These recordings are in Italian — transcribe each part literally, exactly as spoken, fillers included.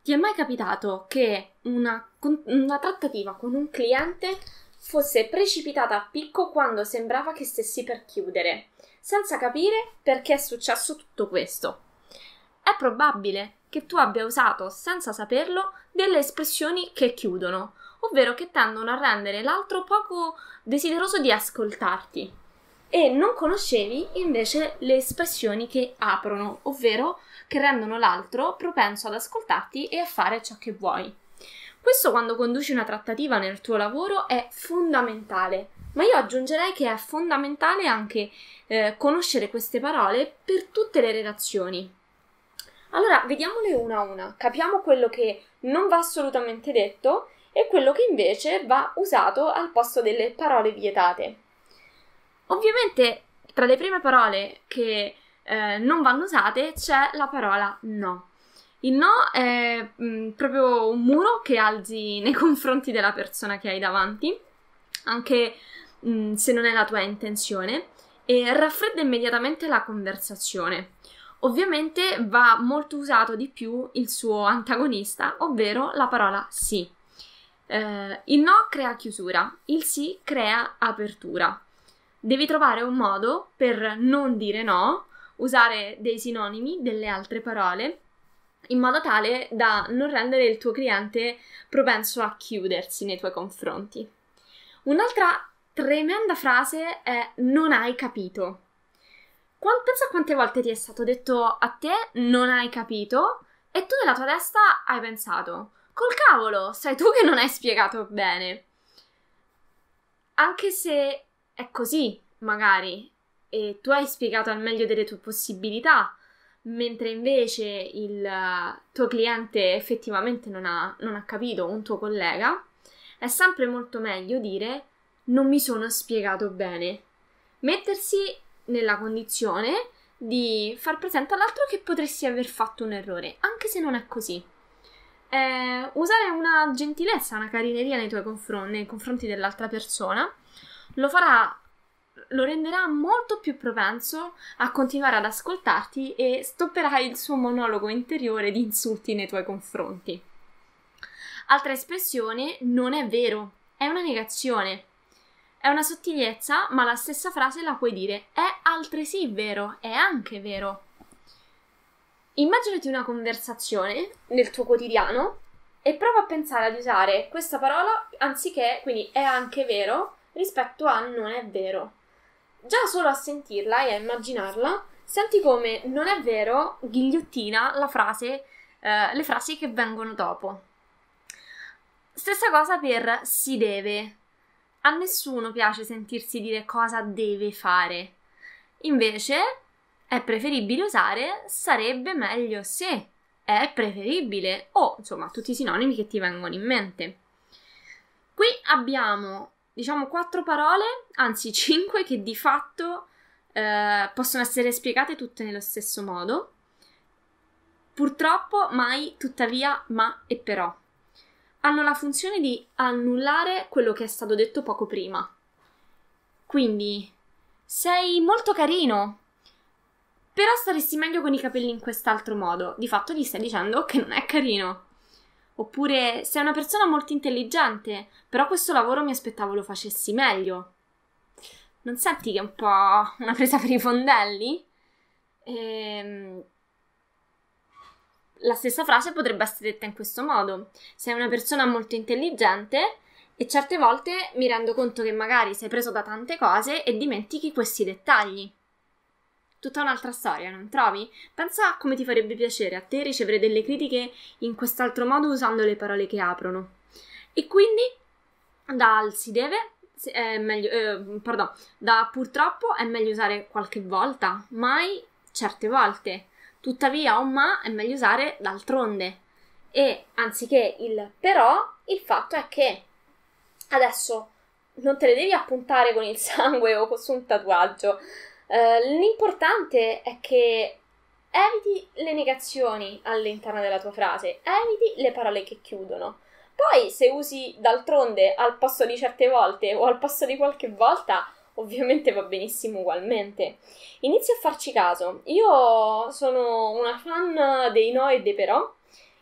Ti è mai capitato che una, una trattativa con un cliente fosse precipitata a picco quando sembrava che stessi per chiudere, senza capire perché è successo tutto questo? È probabile che tu abbia usato, senza saperlo, delle espressioni che chiudono, ovvero che tendono a rendere l'altro poco desideroso di ascoltarti. E non conoscevi invece le espressioni che aprono, ovvero che rendono l'altro propenso ad ascoltarti e a fare ciò che vuoi. Questo quando conduci una trattativa nel tuo lavoro è fondamentale, ma io aggiungerei che è fondamentale anche eh, conoscere queste parole per tutte le relazioni. Allora, vediamole una a una, capiamo quello che non va assolutamente detto e quello che invece va usato al posto delle parole vietate. Ovviamente, tra le prime parole che eh, non vanno usate c'è la parola no. Il no è mh, proprio un muro che alzi nei confronti della persona che hai davanti, anche mh, se non è la tua intenzione, e raffredda immediatamente la conversazione. Ovviamente va molto usato di più il suo antagonista, ovvero la parola sì. Eh, il no crea chiusura, il sì crea apertura. Devi trovare un modo per non dire no, usare dei sinonimi, delle altre parole, in modo tale da non rendere il tuo cliente propenso a chiudersi nei tuoi confronti. Un'altra tremenda frase è non hai capito. Pensa a quante volte ti è stato detto a te non hai capito e tu nella tua testa hai pensato col cavolo, sai tu che non hai spiegato bene. Anche se è così, magari, e tu hai spiegato al meglio delle tue possibilità, mentre invece il tuo cliente effettivamente non ha, non ha capito, un tuo collega, è sempre molto meglio dire non mi sono spiegato bene. Mettersi nella condizione di far presente all'altro che potresti aver fatto un errore, anche se non è così. Eh, usare una gentilezza, una carineria nei tuoi confronti, nei confronti dell'altra persona, lo farà, lo renderà molto più propenso a continuare ad ascoltarti e stopperai il suo monologo interiore di insulti nei tuoi confronti. Altra espressione, non è vero, è una negazione. È una sottigliezza, ma la stessa frase la puoi dire è altresì vero, è anche vero. Immaginati una conversazione nel tuo quotidiano e prova a pensare ad usare questa parola anziché, quindi è anche vero, rispetto a non è vero. Già solo a sentirla e a immaginarla, senti come non è vero ghigliottina la frase, eh, le frasi che vengono dopo. Stessa cosa per si deve. A nessuno piace sentirsi dire cosa deve fare. Invece è preferibile usare sarebbe meglio se, è preferibile o insomma tutti i sinonimi che ti vengono in mente. Qui abbiamo diciamo quattro parole, anzi cinque, che di fatto eh, possono essere spiegate tutte nello stesso modo. Purtroppo, mai, tuttavia, ma e però. Hanno la funzione di annullare quello che è stato detto poco prima. Quindi, sei molto carino, però staresti meglio con i capelli in quest'altro modo. Di fatto gli stai dicendo che non è carino. Oppure, sei una persona molto intelligente, però questo lavoro mi aspettavo lo facessi meglio. Non senti che è un po' una presa per i fondelli? Ehm... La stessa frase potrebbe essere detta in questo modo. Sei una persona molto intelligente e certe volte mi rendo conto che magari sei preso da tante cose e dimentichi questi dettagli. Tutta un'altra storia, non trovi? Pensa a come ti farebbe piacere a te ricevere delle critiche in quest'altro modo usando le parole che aprono. E quindi dal si deve è meglio, eh, pardon, da purtroppo è meglio usare qualche volta, mai certe volte. Tuttavia o ma è meglio usare d'altronde. E anziché il però, il fatto è che adesso non te le devi appuntare con il sangue o su un tatuaggio. Uh, l'importante è che eviti le negazioni all'interno della tua frase, eviti le parole che chiudono. Poi se usi d'altronde al posto di certe volte o al posto di qualche volta, ovviamente va benissimo ugualmente. Inizia a farci caso. Io sono una fan dei no e dei però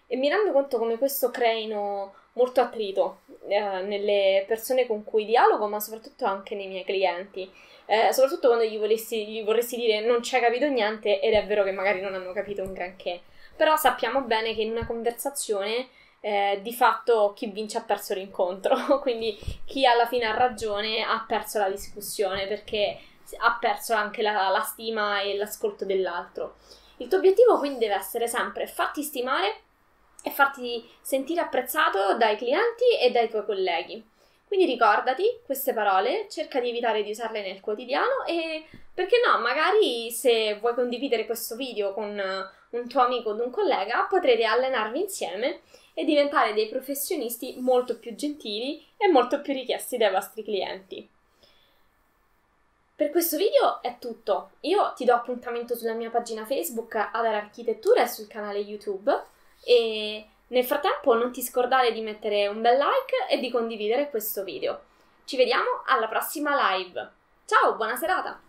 e mi rendo conto come questo creino molto attrito eh, nelle persone con cui dialogo, ma soprattutto anche nei miei clienti. Eh, soprattutto quando gli, volessi, gli vorresti dire non ci hai capito niente, ed è vero che magari non hanno capito un granché. Però sappiamo bene che in una conversazione eh, di fatto chi vince ha perso l'incontro, quindi chi alla fine ha ragione ha perso la discussione, perché ha perso anche la, la stima e l'ascolto dell'altro. Il tuo obiettivo quindi deve essere sempre farti stimare e farti sentire apprezzato dai clienti e dai tuoi colleghi. Quindi ricordati queste parole, cerca di evitare di usarle nel quotidiano e, perché no, magari se vuoi condividere questo video con un tuo amico o un collega, potrete allenarvi insieme e diventare dei professionisti molto più gentili e molto più richiesti dai vostri clienti. Per questo video è tutto. Io ti do appuntamento sulla mia pagina Facebook Adara Architettura e sul canale YouTube e nel frattempo non ti scordare di mettere un bel like e di condividere questo video. Ci vediamo alla prossima live. Ciao, buona serata!